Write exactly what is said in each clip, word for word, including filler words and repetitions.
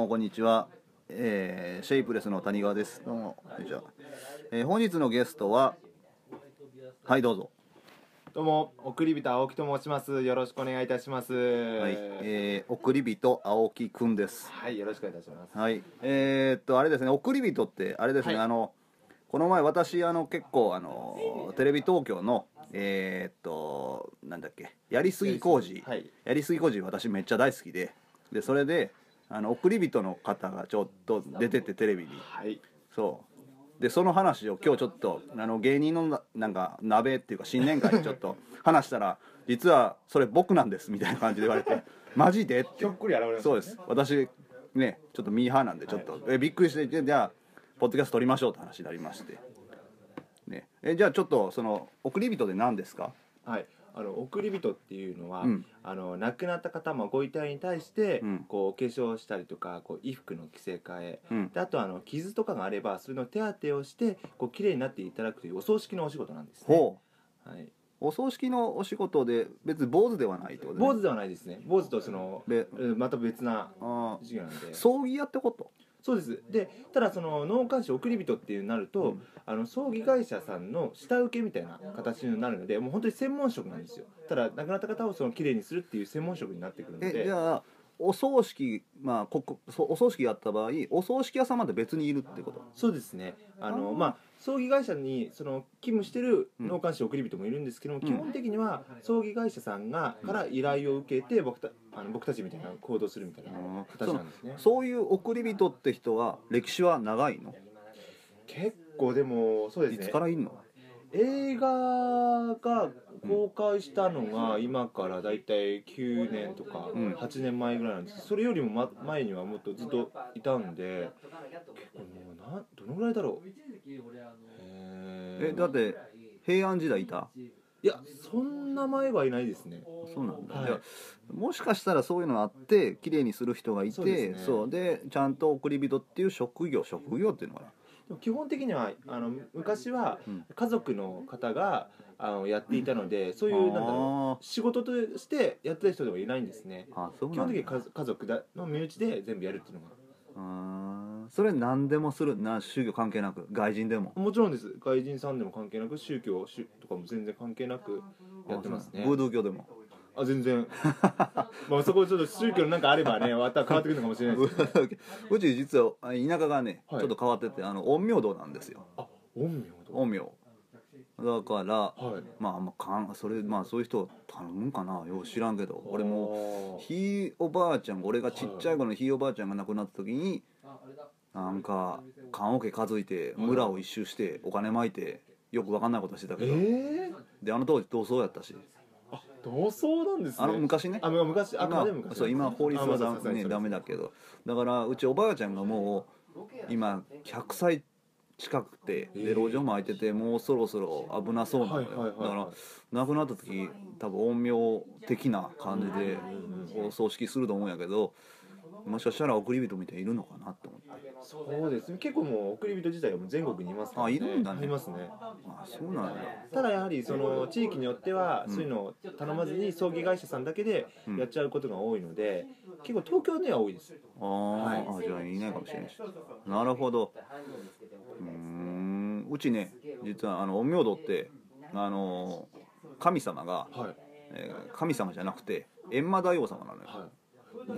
もこんにちは、えー、シェイプレスの谷川です。どうもこんにちは、えー、本日のゲストははいどうぞ。 どうも送り人青木と申します。よろしくお願いいたします。 はい、えー、送り人青木くんです。 はい、よろしくお願いいたします。 はい、えー、っとあれですね、送り人ってあれですね、はい、あのこの前私あの結構あのテレビ東京のえー、っとなんだっけやりすぎ工事、はい、やりすぎ工事私めっちゃ大好きで、でそれであの送り人の方がちょっと出ててテレビに、はい、そうでその話を今日ちょっとあの芸人のなんか鍋っていうか新年会でちょっと話したら実はそれ僕なんですみたいな感じで言われてマジでってひょっくり現れましたね。 そうです、私ねちょっとミーハーなんでちょっと、はい、えびっくりして、じゃあポッドキャスト撮りましょうって話になりまして、ね、えじゃあちょっとその送り人で何ですか？ はい、あの送り人っていうのは、うん、あの亡くなった方もご遺体に対して、うん、こうお化粧したりとかこう衣服の着せ替え、うん、であとあの傷とかがあればそれの手当てをしてこう綺麗になっていただくというお葬式のお仕事なんですね。ほう、はい、 お葬式のお仕事で別に坊主ではないってことね。 坊主ではないですね。坊主とそのまた別な授業なんで。 葬儀屋ってこと？ そうです。でただその納棺師送り人っていうなると、うん、あの葬儀会社さんの下請けみたいな形になるので、もう本当に専門職なんですよ。ただ亡くなった方をその綺麗にするっていう専門職になってくるので。 えじゃあお葬式、まあ、ここお葬式やった場合お葬式屋さんまで別にいるってこと？ そうですね。あのまあ葬儀会社にその勤務してる納棺師送り人もいるんですけども、うん、基本的には葬儀会社さんがから依頼を受けて僕たあの僕たちみたいな行動するみたいな形なんですね。 そ, そういう送り人って人は歴史は長いの？ 結構でもそうですね。 いつからいんの？ 映画が公開したのが今からだいたいきゅうねんとかはちねんまえぐらいなんですけど、それよりも、ま、前にはもっとずっといたんで、結構もうなどのぐらいだろう。 えだって平安時代いた？ いやそんな前はいないですね。 そうなんだ、はい、もしかしたらそういうのがあって綺麗にする人がいて、そうですね、そうでちゃんと送り人っていう職業職業っていうのかな。 基本的にはあの昔は家族の方があのやっていたので、うん、そういうなんだろう仕事としてやってた人ではいないんですね。あそうなんだ。基本的に家家族だの身内で全部やるっていうのが。 あそれ何でもするな、宗教関係なく外人でも？ もちろんです。外人さんでも関係なく宗教とかも全然関係なくやってますね。 ブードゥー教でも？ あ全然まあそこちょっと宗教なんかあればねまた変わってくるのかもしれないですけどうち実は田舎がね、はい、ちょっと変わっててあの陰陽道なんですよ。 あ陰陽道。 陰陽だから、はい、まあまあかんそれまあそういう人頼むんかな、よう知らんけど、俺もひいおばあちゃん俺がちっちゃい頃のひいおばあちゃんが亡くなった時になんか棺桶数いて村を一周してお金撒いてよく分かんないことしてたけど、えー、であの当時同窓やったし。 あ同窓なんですね。 あの昔ね。 あ昔あ今でも昔そう今法律はダメ、ね、ダメだけど、だからうちおばあちゃんがもう今ひゃくさい近くてで路上も空いててもうそろそろ危なそうなのよ。だから亡くなった時多分陰陽的な感じでお葬式すると思うんやけど、もしかしたら送り人みたいにいるのかなと思って。 そうですね。結構もう送り人自体はもう全国にいますからね。 あいるんだね。 いますね。 あそうなんだ。 ただやはりその地域によってはそういうのを頼まずに葬儀会社さんだけでやっちゃうことが多いので、うん、結構東京には多いです。 あ、はい、あじゃあいないかもしれないし。なるほど。うーんうちね実はあの陰陽道ってあの神様が、はいえー、神様じゃなくて閻魔大王様なのよ。 はい、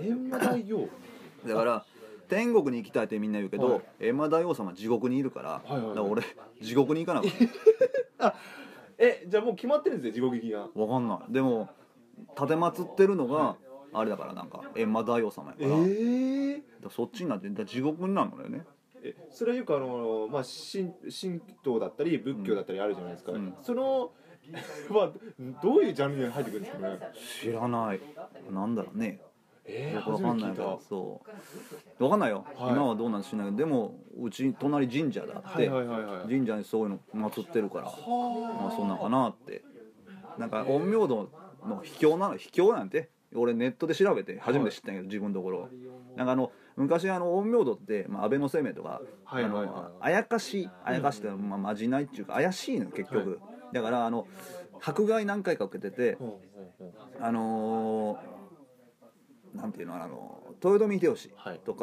閻魔大王だから天国に行きたいってみんな言うけど、はい、閻魔大王様地獄にいるから、はいはいはい、だから俺地獄に行かなかったあえじゃあもう決まってるんですよ地獄行きが。 分かんない。でも立てまつってるのが、はい、あれだからなんか閻魔大王様やから、えー、だそっちになって地獄になるのだよね。 えそれはよくあの、まあ、神, 神道だったり仏教だったりあるじゃないですか、うん、そのまあどういうジャンルに入ってくるんですかね。 知らない。なんだろうね。 えー、 よくわかんないけど、そうわかんないよ、はい、今はどうなんしないけど、でもうち隣神社だって、はいはいはいはい、神社にそういうの祀ってるから、まあそんなんかなって。なんか陰陽道の秘境なの、秘境なんて俺ネットで調べて初めて知ったんやけど、はい、自分のところなんかあの昔あの陰陽道って、まあ、安倍晴明とか、はいはいはい、あのあやかしあやかしって、まあ、まじないっていうか怪しいの結局、はい、だからあの迫害何回か受けてて、あのーなんていうのあの豊臣秀吉とか、はい、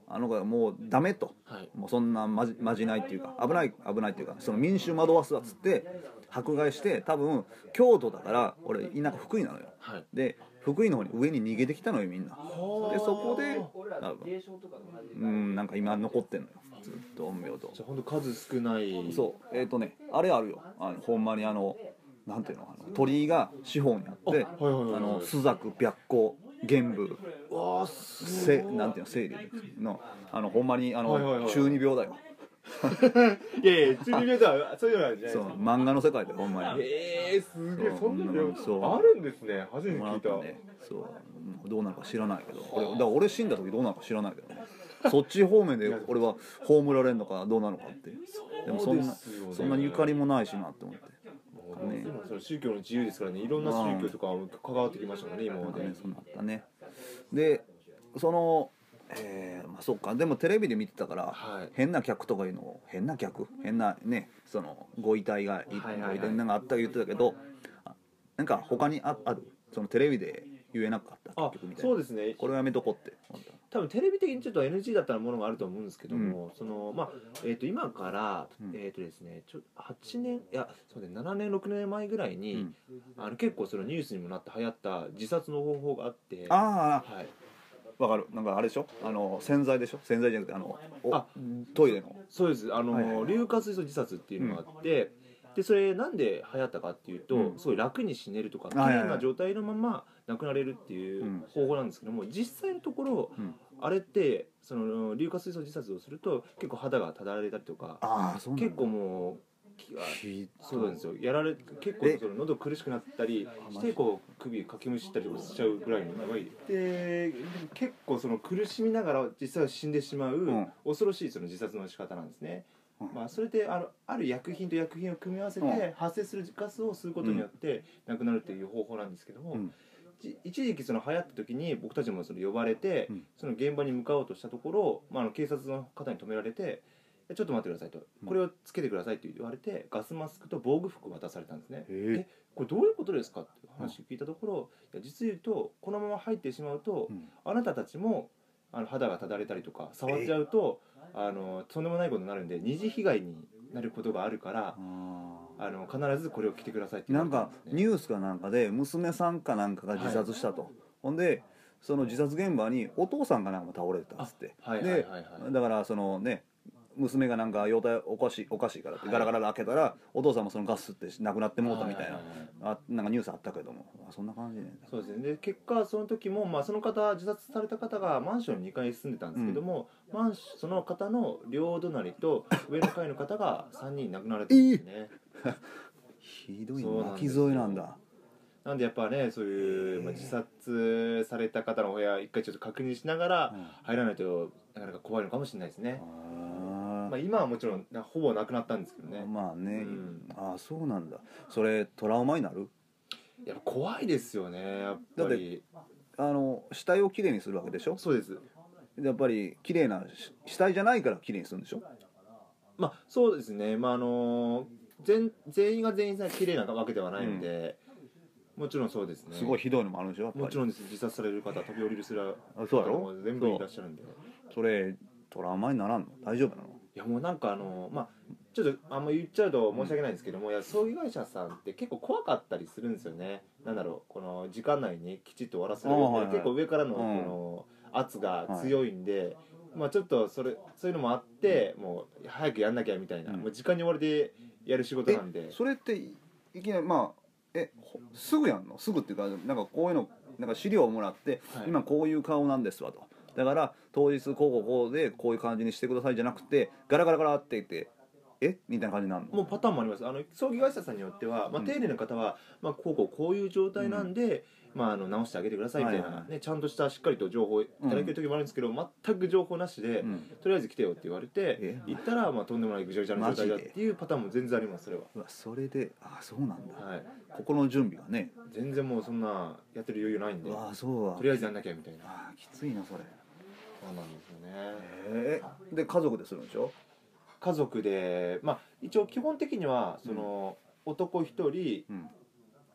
あの子はもうダメと、はい、もうそんなまじまじないっていうか危ない危ないっていうかその民衆惑わすわっつって迫害して、多分京都だから俺田舎福井なのよ、はい、で福井の方に上に逃げてきたのよみんな。でそこでうんなんか今残ってんのよずっと陰陽と。 じゃあ本当数少ない。 そうえっ、ー、とねあれあるよ、あのほんまにあのなんていうの、あの鳥居が四方にあって、あの朱雀白虎玄武せなんていうの清流のあのほんまにあの、はいはいはい、中二病だよ。 いやいや中二病とはそういうのはじゃないですか。 そう漫画の世界でほんまに。 ええー、すげえそんなのあるんですね。初めて聞いた。ね、 そうどうなるか知らないけど、俺だから俺死んだ時どうなるか知らないけどね。そっち方面で俺は葬られるのかどうなのかって。でもそんなそんなにゆかりもないしなって思って。 ね、今その宗教の自由ですからね、いろんな宗教とか関わってきましたからね、今まで。 ね、そうなったね。で、その、えー、まあそうか、でもテレビで見てたから、はい、変な客とかいうのを変な客、変なね、そのご遺体がい、はいはいはい、ご遺体なんかあった言ってたけど、なんか他にあある、そのテレビで言えなかった結局みたいな。 そうですね。 これはやめとこって。 多分テレビ的にちょっと エヌジー だったものがあると思うんですけども、うん、そのまあえー、と今から、うん、えーとですね、ちょはちねんいやそうねななねんろくねんまえぐらいに、うん、あの結構そのニュースにもなって流行った自殺の方法があって、 ああ、はい、わかる。なんかあれでしょ、あの洗剤でしょ、洗剤じゃなくてあのあトイレの。 そうです、あの、はいはいはい、硫化水素自殺っていうのがあって、うん、でそれなんで流行ったかっていうと、うん、すごい楽に死ねるとか綺麗な状態のまま亡くなれるっていう方法なんですけども、実際のところ、うん、あれってその硫化水素自殺をすると結構肌がただられたりとか、 あそうなんだ、 結構もうそうなんですよ、やられ結構その喉苦しくなったりしてこう首かきむしったりとかしちゃうぐらいの長いで、結構その苦しみながら実際は死んでしまう恐ろしいその自殺の仕方なんですね。まあ、それである、ある薬品と薬品を組み合わせて発生するガスを吸うことによって亡くなるっていう方法なんですけども、うん、一時期その流行った時に僕たちもその呼ばれて、うん、その現場に向かおうとしたところ、まあ、あの警察の方に止められて「ちょっと待ってください」と「これをつけてください」と言われてガスマスクと防具服を渡されたんですね。えこれどういうことですかっていう話を聞いたところ、いや実言うとこのまま入ってしまうと、うん、あなたたちもあの肌がただれたりとか触っちゃうとあのとんでもないことになるんで二次被害になることがあるからあの必ずこれを着てくださいって言われたんですね。 なんかニュースかなんかで娘さんかなんかが自殺したと、はい、ほんでその自殺現場にお父さんかなんかも倒れてたっつって、はいはいはいはい、でだからそのね娘がなんか容体おかしいおかしいからってガラガラ開けたら、はい、お父さんもそのガスって亡くなってもうたみたいな、はいはいはい、あなんかニュースあったけども、そんな感じね。 そうですね。で結果その時も、まあ、その方自殺された方がマンションにかいに住んでたんですけども、うん、マンシその方の両隣と上の階の方がさんにん亡くなられてるんですね。 ひどいな、巻き添えなんだ。 なんでやっぱねそういう、まあ、自殺された方のお部屋一回ちょっと確認しながら入らないとなかなか怖いのかもしれないですね。まあ、今はもちろんほぼなくなったんですけどね。 まあね、うん、ああそうなんだ。それトラウマになる？ やっぱ怖いですよねやっぱり。 だってあの死体をきれいにするわけでしょ。 そうです。 やっぱりきれいな死体じゃないからきれいにするんでしょ。 まあそうですね。まああの全全員が全員きれいなわけではないので、うん、もちろんそうですね。 すごいひどいのもあるんでしょやっぱり。 もちろんです。自殺される方飛び降りるすらそうやろも全部いらっしゃるんで。 それトラウマにならんの？大丈夫なの？ いやもうなんかあのまあちょっとあんま言っちゃうと申し訳ないんですけども、うん、いや葬儀会社さんって結構怖かったりするんですよね。なんだろうこの時間内にきちっと終わらせるので、はいはい、結構上からのこの圧が強いんで、はい、まあちょっとそれそういうのもあって、うん、もう早くやんなきゃみたいな、うん、もう時間に追われてやる仕事なんで。 それっていきなりまあえすぐやんの？すぐっていうかなんかこういうのなんか資料をもらって、はい、今こういう顔なんですわと。だから当日こうこうこうでこういう感じにしてくださいじゃなくてガラガラガラって言ってえみたいな感じになるの？ もうパターンもあります。あの葬儀会社さんによっては、まあ、丁寧な方は、まあ、こうこうこういう状態なんで、うん、まあ、あの直してあげてくださいみたいな、はいはいね、ちゃんとしたしっかりと情報をいただける時もあるんですけど、うん、全く情報なしで、うん、とりあえず来てよって言われて行ったら、まあ、とんでもないぐちゃぐちゃな状態だっていうパターンも全然あります。それはうわそれであそうなんだ、はい、心の準備がね全然もうそんなやってる余裕ないんであそうとりあえずやんなきゃみたいな。 あきついなそれ。 そうなんですよね。 えー、で家族でするんでしょ？ 家族でまあ一応基本的にはその、うん、男一人、うん、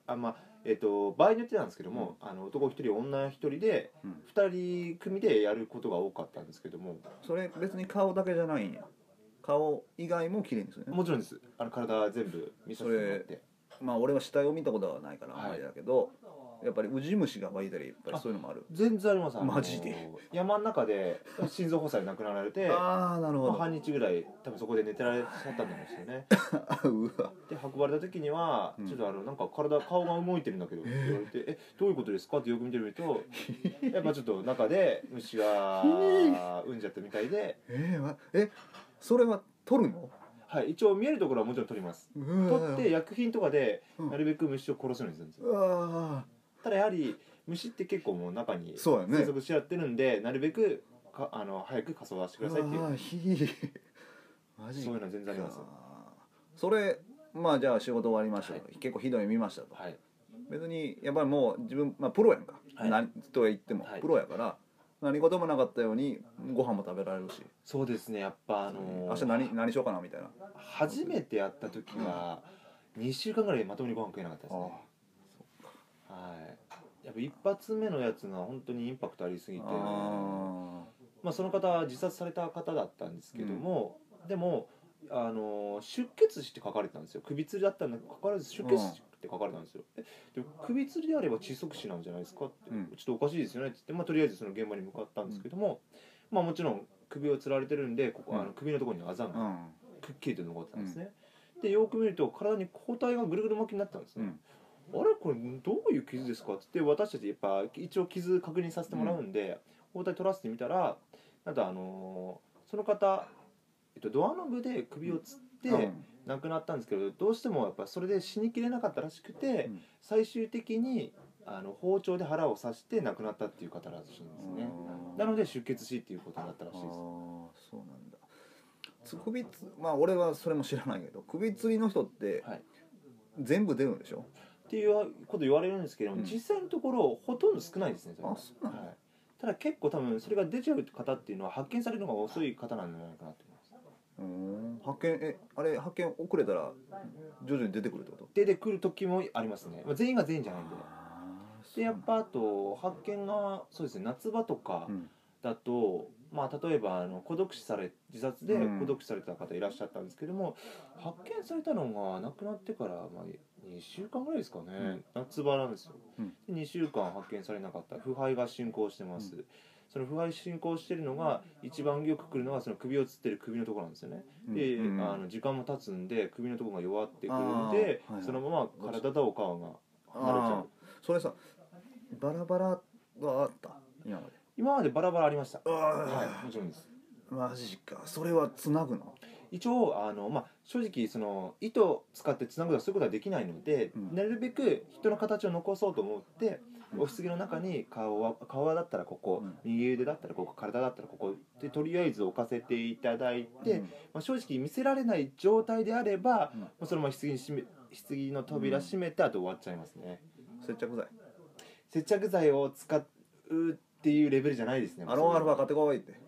あまあえー、と場合によってなんですけども、うん、あの男一人女一人で、うん、ふたり組でやることが多かったんですけども、 それ別に顔だけじゃないんや。顔以外も綺麗にするね。 もちろんです。あの体全部見させてもらって。 まあ俺は死体を見たことはないからあれだけど、はい、やっぱりウジ虫が湧いたりやっぱりそういうのもある。 全然あります。 マジで山の中で心臓発作で亡くなられてああなるほど、 まあ、半日ぐらい多分そこで寝てられちゃったんですよねうわで運ばれた時には、うん、ちょっとあのなんか体顔が動いてるんだけどって言われてえー、えどういうことですかってよく見てみるとやっぱちょっと中で虫が産んじゃったみたいでえー、えそれは取るの？ はい、一応見えるところはもちろん取ります。取って薬品とかでなるべく虫を殺すようにするんですよ、うん、ただやはり虫って結構もう中に生息しちゃってるんで、ね、なるべくかあの早く火葬はしてくださいっていうマジそういうのは全然あります。 それまあじゃあ仕事終わりました、はい、結構ひどい見ましたと、はい、別にやっぱりもう自分、まあ、プロやんか、はい、何とは言っても、はい、プロやから何事もなかったようにご飯も食べられるし。 そうですね、やっぱあのー、 明日何何しようかなみたいな。 初めてやった時はにしゅうかんぐらいまともにご飯食えなかったですね。ああ、はい、やっぱ一発目のやつが本当にインパクトありすぎて、あ、まあ、その方は自殺された方だったんですけども、うん、でもあのー、出血死って書かれてたんですよ。首吊りだったんだけどかかわらず出血死って書かれたんですよ。えでも首吊りであれば窒息死なんじゃないですかって、うん、ちょっとおかしいですよねって言って、まあ、とりあえずその現場に向かったんですけども、うん、まあもちろん首を吊られてるんでここ、うん、あの首のところにあざがくっきりと残ってたんですね、うん、でよく見ると体に包帯がぐるぐる巻きになってたんですね、うん、あれこれどういう傷ですかって言って私たちやっぱ一応傷確認させてもらうんで、うん、包帯取らせてみたらなんかあのー、その方、えっと、ドアノブで首をつって、うん亡くなったんですけどどうしてもやっぱそれで死にきれなかったらしくて、うん、最終的にあの包丁で腹を刺して亡くなったっていう方らしいんですね。なので出血死っていうことになったらしいです。あそうなんだ。首つまあ俺はそれも知らないけど首吊りの人って全部出るんでしょ、はい、 っていうこと言われるんですけども、うん、実際のところほとんど少ないですねそれは。あそうなんだ、はい、ただ結構多分それが出ちゃう方っていうのは発見されるのが遅い方なんじゃないかなと思います。 うん発見えあれ発見遅れたら徐々に出てくるってこと？ 出てくる時もありますね、まあ、全員が全員じゃないんで。でやっぱあと発見がそうですね夏場とかだと、うん、まあ例えばあの孤独死され自殺で孤独死された方いらっしゃったんですけども、うん、発見されたのが亡くなってからまあにしゅうかんぐらいですかね、うん、夏場なんですよ、うん、でにしゅうかん発見されなかった腐敗が進行してます、うんその腐敗進行してるのが一番よくくるのがその首をつってる首のところなんですよね、うん、で、うん、あの時間も経つんで首のところが弱ってくるんで、はいはい、そのまま体とお顔が離れちゃう。 それさバラバラがあった今まで？ 今までバラバラありました。はいもちろんです。 マジか。それはつなぐの？ 一応あの、まあ、正直その糸使ってつなぐとかそういうことはできないので、うん、なるべく人の形を残そうと思ってお棺の中に顔は顔だったらここ、うん、右腕だったらここ体だったらここでとりあえず置かせていただいて、うんまあ、正直見せられない状態であれば、うんまあ、そのまま棺に閉め棺の扉閉めてあと終わっちゃいますね。 接着剤接着剤を使うっていうレベルじゃないですね。 アロンアルファ買ってこいって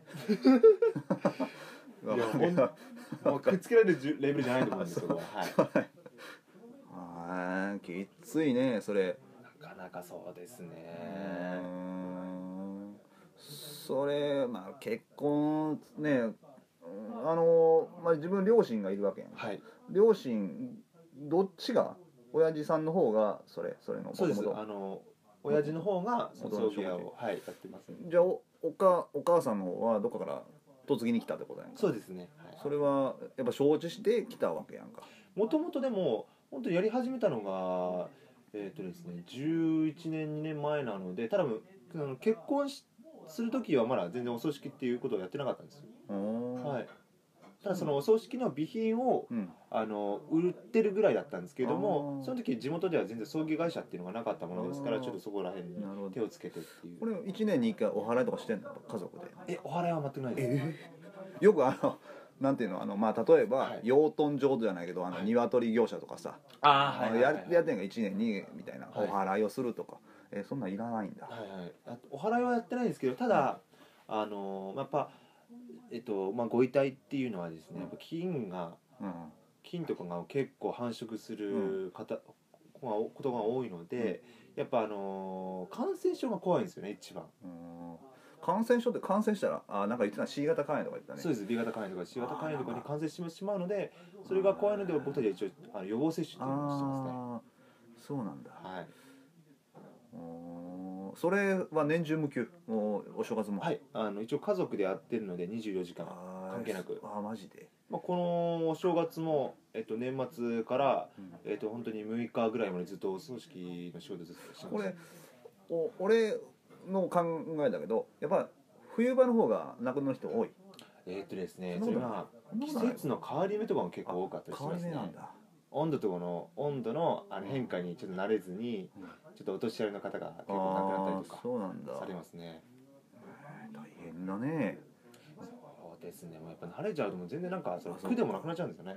いやほんもうくっつけられるレベルじゃないと思うんですけど、はい。 あきついねそれ。 なかなかそうですね。 それまあ結婚ねあの、まあ、自分両親がいるわけやん、はい、両親どっちが親父さんの方がそれそれのそうですあの親父の方が葬儀屋を、はい、やってます、ね、 じゃあ お, お, かお母さんの方はどっかから嫁ぎに来たってことやんか。 そうですね、 はい、それはやっぱ承知して来たわけやんか。 もともとでも本当にやり始めたのがえっ、ー、とですねじゅういちねんにねんまえなので、ただ結婚しする時はまだ全然お葬式っていうことをやってなかったんですよ。はい。ただそのお葬式の備品を、うん、あの売ってるぐらいだったんですけれども、その時地元では全然葬儀会社っていうのがなかったものですから、ちょっとそこら辺に手をつけてっていう。 これいちねんにいっかいお祓いとかしてんの家族で？ えお祓いは全くないです、 えー、よくあのなんていうのあの、まあ、例えば、はい、養豚場じゃないけどあの、はい、鶏業者とかさ、 あ、はいはいはいはい、 や, やってんがいちねんにみたいな、はい、お祓いをするとか、えー、そんなんいらないんだ。 はいはい、あお祓いはやってないんですけど、ただ、うん、あのやっぱえっとまあ、ご遺体っていうのはですね、やっぱ菌が、うん、菌とかが結構繁殖する方、 まあ、ことが多いので、うん、やっぱあのー、感染症が怖いんですよね一番。 うん、感染症って感染したらあなんか言ってた C 型肝炎とか言ったね。 そうです B 型肝炎とか C 型肝炎とかに感染してしまうのでそれが怖いので僕たちは一応あの予防接種っていうのをしてますね。 あそうなんだ。 はい。 それは年中無休もうお正月も。 はいあの一応家族でやってるのでにじゅうよじかん関係なく。 ああマジで。 まあ、このお正月も、えっと、年末から、うんえっと、本当にむいかぐらいまでずっとお葬式の仕事ずっとしてました。 これお俺の考えだけどやっぱ冬場の方が亡くなる人多い。 えー、っとですねそれは季節の変わり目とかも結構多かったりしますね。変わり目なんだ。温度とかの温度のあの変化にちょっと慣れずに、うん、ちょっとお年寄りの方が結構亡くなったりとかされますね。 大変だね。 そうですねもうやっぱ慣れちゃうともう全然なんかその苦でもなくなっちゃうんですよね。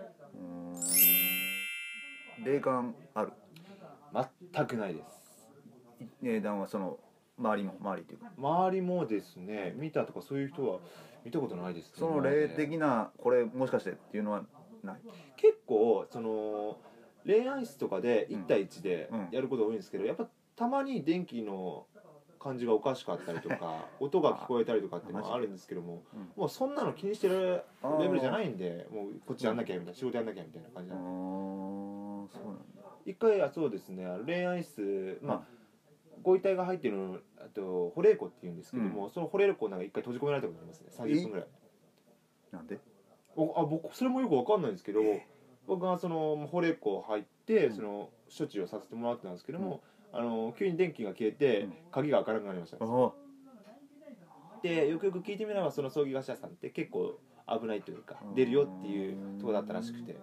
うん霊感ある？ 全くないです。 えー、はその周りも周りっていうか周りもですね見たとかそういう人は見たことないですね。 その霊的なこれもしかしてっていうのはない？ 結構その恋愛室とかでいち対いちでやることが多いんですけど、うんうん、やっぱたまに電気の感じがおかしかったりとか音が聞こえたりとかっていうのはあるんですけども、うん、もうそんなの気にしてるレベルじゃないんでもうこっちやんなきゃみたいな、うん、仕事やんなきゃみたいな感じなんで。そうなんだ。一回はそうですね恋愛室まあ、うんご遺体が入ってるあと保冷庫っていうんですけども、うん、その保冷庫なんか一回閉じ込められたことありますね。さんじゅっぷんぐらい。 なんで？ おあ僕それもよく分かんないんですけど、僕がその保冷庫入って、うん、その処置をさせてもらってたんですけども、うん、あの急に電気が消えて、うん、鍵が開かなくなりました。でよくよく聞いてみればその葬儀会社さんって結構危ないというか出るよっていうところだったらしくて。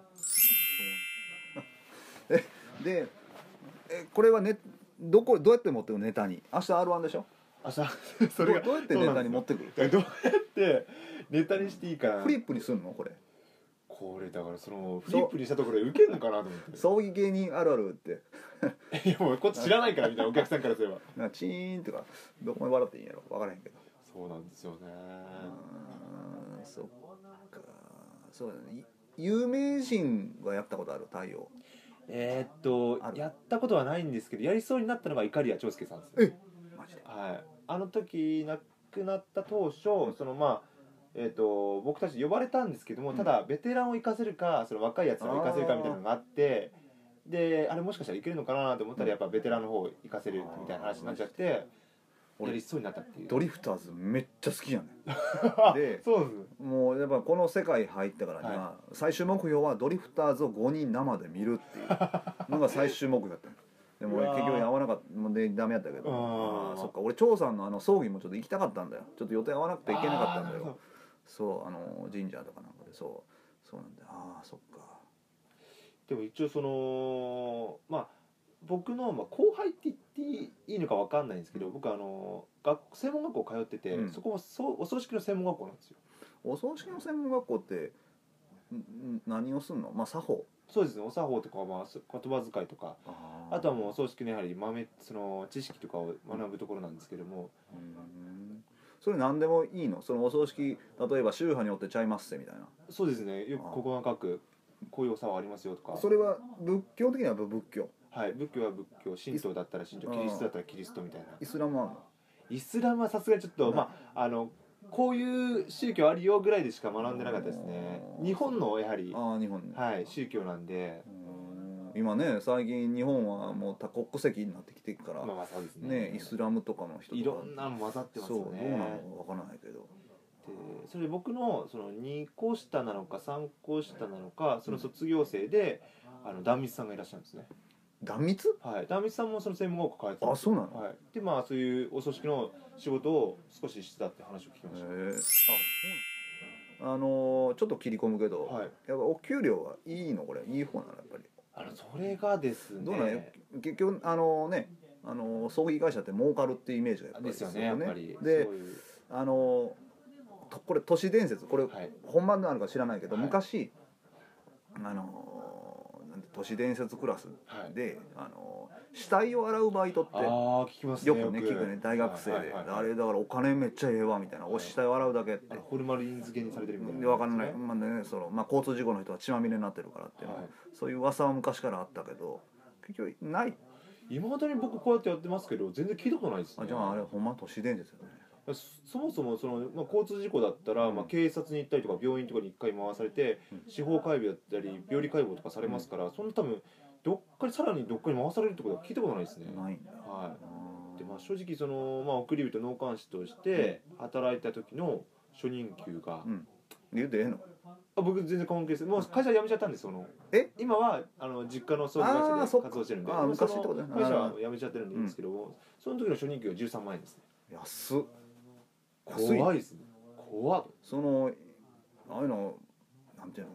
えでえこれはねどこどうやって持ってくるネタに明日 アールワン でしょ。 明日それがどうやってネタに持ってくる？ どうやってネタにしていいかな。 フリップにするのこれ？ これだからそのフリップにしたところでウケるのかなと思って葬儀芸人あるあるっていやもうこっち知らないからみたいなお客さんからすればなんかチーンとかどこまで笑っていいんやろ分からへんけど。 そうなんですよね。 うんそっかそうだね。有名人はやったことある？太陽えー、っとやったことはないんですけどやりそうになったのがいかりや長介さんですね。 えマジで？ はい。あの時亡くなった当初そのまあえー、と僕たち呼ばれたんですけども、ただベテランを生かせるかその若いやつを生かせるかみたいなのがあってであれもしかしたらいけるのかなと思ったらやっぱベテランの方を生かせるみたいな話になっちゃってやりそうになったっていう。 ドリフターズめっちゃ好きやねんでそうです。 もうやっぱこの世界入ったからには、はい、最終目標はドリフターズをごにん生で見るっていうのが最終目標だったの。でも結局合わなかったのでダメやったけどああそっか俺張さんのあの葬儀もちょっと行きたかったんだよ。ちょっと予定合わなくて行けなかったんだよ。そうあの神社とかなんかでそうそうなんだよ。ああそっか。 でも一応そのまあ僕の、まあ、後輩って言っていいのか分かんないんですけど、僕あの学専門学校通ってて、うん、そこはそお葬式の専門学校なんですよ。 お葬式の専門学校ってん何をすんの？まあ作法。 そうですねお作法とか、まあ、言葉遣いとか あ, あとはもうお葬式のやはり豆その知識とかを学ぶところなんですけども、 うんそれ何でもいいの？そのお葬式例えば宗派によってちゃいますせみたいな。 そうですねよくここが書くこういうお作法ありますよとか。 それは仏教的には仏教？ はい仏教は仏教神道だったら神道キリストだったらキリストみたいな。 イスラムはあるの？ イスラムはさすがにちょっとまああのこういう宗教あるよぐらいでしか学んでなかったですね。日本のやはりあ日本、ねはい、宗教なんで今ね最近日本はもう多国籍になってきてるから、 まあまあそうですね、 ねイスラムとかの人とかいろんなの混ざってますよね。 そうどうなのか分からないけどでそれ僕のそのにこ下なのかさんこ下なのかその卒業生で、うん、あの壇蜜さんがいらっしゃるんですね。壇蜜？ はい壇蜜さんもその専門学校通ってあそうなの、 はい、でまあそういうお葬式の仕事を少ししてたって話を聞きました。へえあそうなの。あのー、ちょっと切り込むけど、はい、やっぱお給料はいいのこれいい方なのやっぱり。 あのそれがですねどうなんや結局あのねあの葬儀会社って儲かるっていうイメージがやっぱりですよね。やっぱりであのこれ都市伝説これ、はい、本番であるか知らないけど、はい、昔あの都市伝説クラスで、はい、あの死体を洗うバイトってあ聞きます、ね、 よくね聞くね大学生で、はいはいはいはい、あれだからお金めっちゃええわみたいな、はい、お死体を洗うだけってホルマリン漬けにされてるみたいな、 ね、分かんない、まあねそのまあ、交通事故の人は血まみれになってるからっていうのは、はい、そういう噂は昔からあったけど結局ないいまだに僕こうやってやってますけど全然聞いたことないですね。 あじゃああれほんま都市伝説よね。 そもそもその、まあ、交通事故だったら、まあ、警察に行ったりとか病院とかにいっかい回されて、うん、司法解剖だったり病理解剖とかされますから、うん、そんな多分どっかにさらにどっかに回されるってことは聞いたことないですね。 ないんだ。 はい。でまあ正直そのまあ送り人納棺師として働いた時の初任給が、 うん、言うてええの？ あ僕全然関係です。もう会社辞めちゃったんです。そのえ今はあの実家の葬儀会社で活動してるんで、あ昔ってことね。会社は辞めちゃってるんですけども、うん、その時の初任給はじゅうさんまんえんですね。 安っ。 怖いですね。怖っ。 そのああいうのなんていうの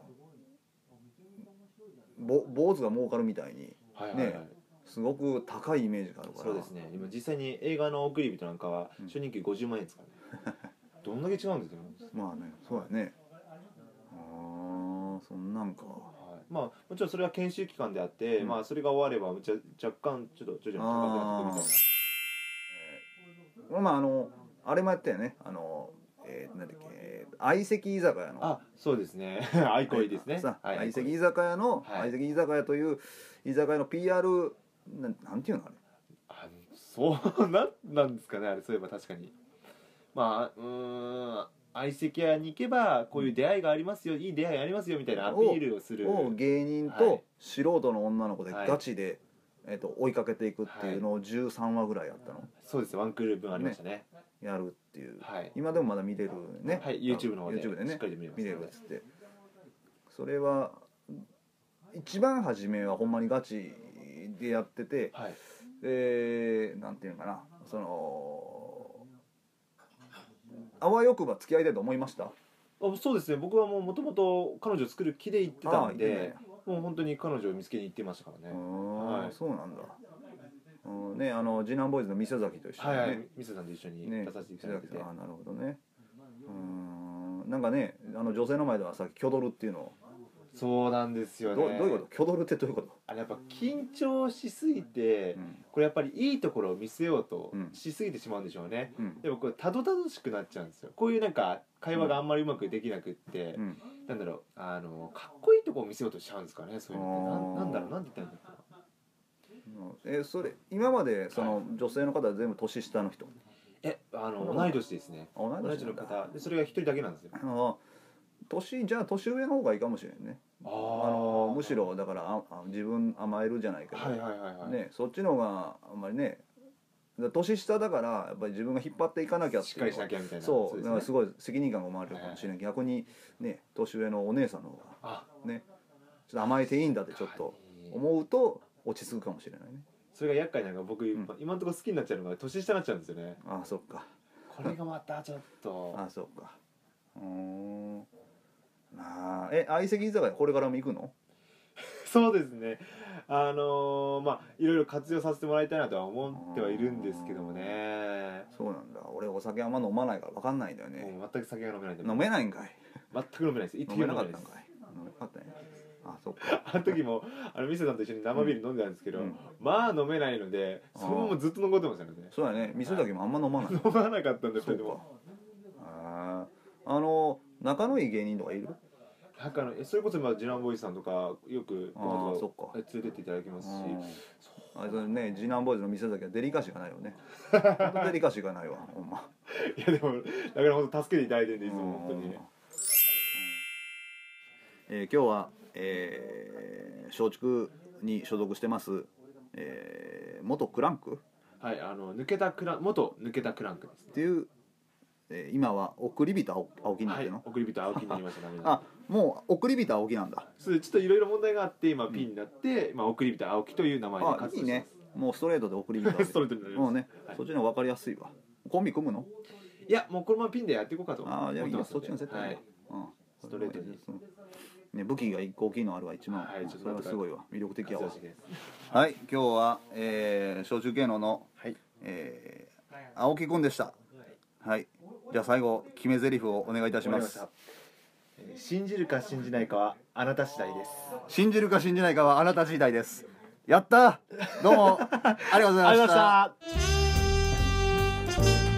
ぼ坊主が儲かるみたいに、はいはいはい、ねすごく高いイメージがあるから。 そうですね。今実際に映画の送り人なんかは初任給ごじゅうまんえんですからね。どんだけ違うんですよ。 まあね、そうやね。ああ、そんなんか。 はい、まあもちろんそれは研修期間であって、うん、まあそれが終わればじゃ若干ちょっと徐々に高くなってくるみたいな。 えー、まああのあれもやったよね。あの。えー、なんだっけ相席居酒屋のあそうですね愛恋ですねさ、はい、相席居酒屋の、はい、相席居酒屋という居酒屋の ピーアール な, なんていうのあれあそうなんなんですかねあれそういえば確かにまあうーん相席屋に行けばこういう出会いがありますよ、うん、いい出会いありますよみたいなアピールをするを芸人と素人の女の子でガチで、はいえー、と追いかけていくっていうのをじゅうさんわぐらいやったの、はい、 そうですワンクール分ありましたねやるっていう、はい、今でもまだ見れるね、 はい、YouTube の方で YouTube でねしっかり見れます、 見れるっつってそれは一番初めはほんまにガチでやってて、はい、でなんていうのかなそのあわよくば付き合いたいと思いました？あそうですね僕はもともと彼女を作る気で行ってたんで、ね、もう本当に彼女を見つけに行ってましたからね。 あ、はい、そうなんだ。うんね、あの次男ボーイズの店崎と一緒にね、はいはい、 店さんと一緒に出させていただいてて、ね、 あなるほどね。うんなんかねあの女性の前ではさっきキョドルっていうのをそうなんですよね。 ど, どういうことキョドルってどういうこと？ あれやっぱ緊張しすぎて、うん、これやっぱりいいところを見せようとしすぎてしまうんでしょうね、うん、でもこれたどたどしくなっちゃうんですよ。こういうなんか会話があんまりうまくできなくって、うん、なんだろうあのかっこいいところを見せようとしちゃうんですかねそういうのって な, なんだろうなんて言ったらいいんだろうえそれ今までその女性の方は全部年下の人？ えあの同い年ですね。同い年の方でそれが一人だけなんですよ。 あ年じゃあ年上の方がいいかもしれんね。あのむしろだからあ自分甘えるじゃないけど、はいはいはいはい、ねそっちの方があんまりね年下だからやっぱり自分が引っ張っていかなきゃっていうしっかりしなきゃみたいなそう、だからすごい責任感が生まれるかもしれない、はいはい、逆にね年上のお姉さんの方がねちょっと甘えていいんだってちょっと思うと落ち着くかもしれないね。 それが厄介なのが僕、うん、今のところ好きになっちゃうのが年下になっちゃうんですよね。 ああそっかこれがまたちょっとああそっかうーんまあえ相席居酒屋これからも行くの？ そうですねあのー、まあいろいろ活用させてもらいたいなとは思ってはいるんですけどもね。 そうなんだ俺お酒あんま飲まないから分かんないんだよね。 もう全く酒が飲めないんで飲めないんかい全く飲めないです。 飲めなかったんかい飲めなかったね。あそっかあの時もあの店さんと一緒に生ビール飲んでたんですけど、うん、まあ飲めないのでそのままずっと残ってましたよね。 そうだね店崎もあんま飲まない飲まなかったんですけどああの仲のいい芸人とかいる？ 仲のそれこそ今ジュナンボーイズさんとかよくご飯とか連れてっていただきますしあれねジュナンボーイズの店崎はデリカシーがないよね本当デリカシーがないわほんまいやでもだから本当助けていただいてるんでいつも本当に、 えー、今日は、えー、松竹に所属してます、えー、元クランクはいあの抜けたクラ元抜けたクランクです、ね、 っていうえー、今は送り人青木になってるの、 はい、送り人青木になりましたねあもう送り人青木なんだ。 そうちょっといろいろ問題があって今ピンになって、うんまあ、送り人青木という名前で活動してます。 いいねもうストレートで送り人ストレートになりますもうね、 はい、そっちの方が分かりやすいわ。コンビ組むの？ いやもうこのままピンでやっていこうかと思ってます。 あじゃあいいよそっちの絶対、はいうん、 ストレートにね、武器が一個大きいのあるわ一番、はい、それはすごいわ魅力的やわ。 はい今日は、えー、小中芸能の、はいえー、青木くんでした。はいじゃあ最後決め台詞をお願いいたします。 信じるか信じないかはあなた次第です。 信じるか信じないかはあなた次第です。やったどうもありがとうございました。